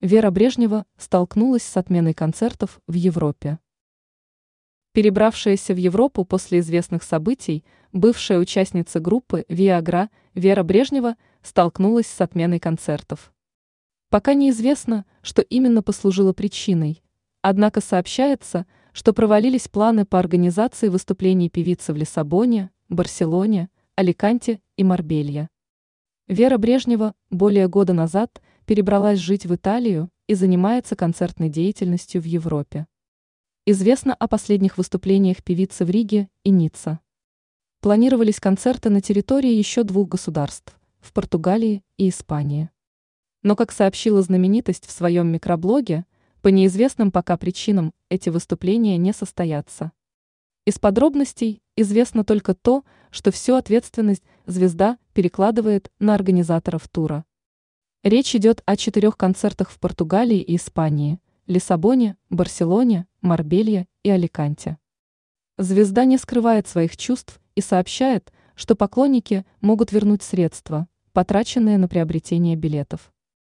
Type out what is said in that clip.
Вера Брежнева столкнулась с отменой концертов в Европе. Перебравшаяся в Европу после известных событий, бывшая участница группы «Виагра» Вера Брежнева столкнулась с отменой концертов. Пока неизвестно, что именно послужило причиной, однако сообщается, что провалились планы по организации выступлений певицы в Лиссабоне, Барселоне, Аликанте и Марбелье. Вера Брежнева более года назад перебралась жить в Италию и занимается концертной деятельностью в Европе. Известно о последних выступлениях певицы в Риге и Ницце. Планировались концерты на территории еще двух государств – в Португалии и Испании. Но, как сообщила знаменитость в своем микроблоге, по неизвестным пока причинам эти выступления не состоятся. Из подробностей известно только то, что всю ответственность звезда перекладывает на организаторов тура. Речь идет о 4 концертах в Португалии и Испании, Лиссабоне, Барселоне, Марбелье и Аликанте. Звезда не скрывает своих чувств и сообщает, что поклонники могут вернуть средства, потраченные на приобретение билетов.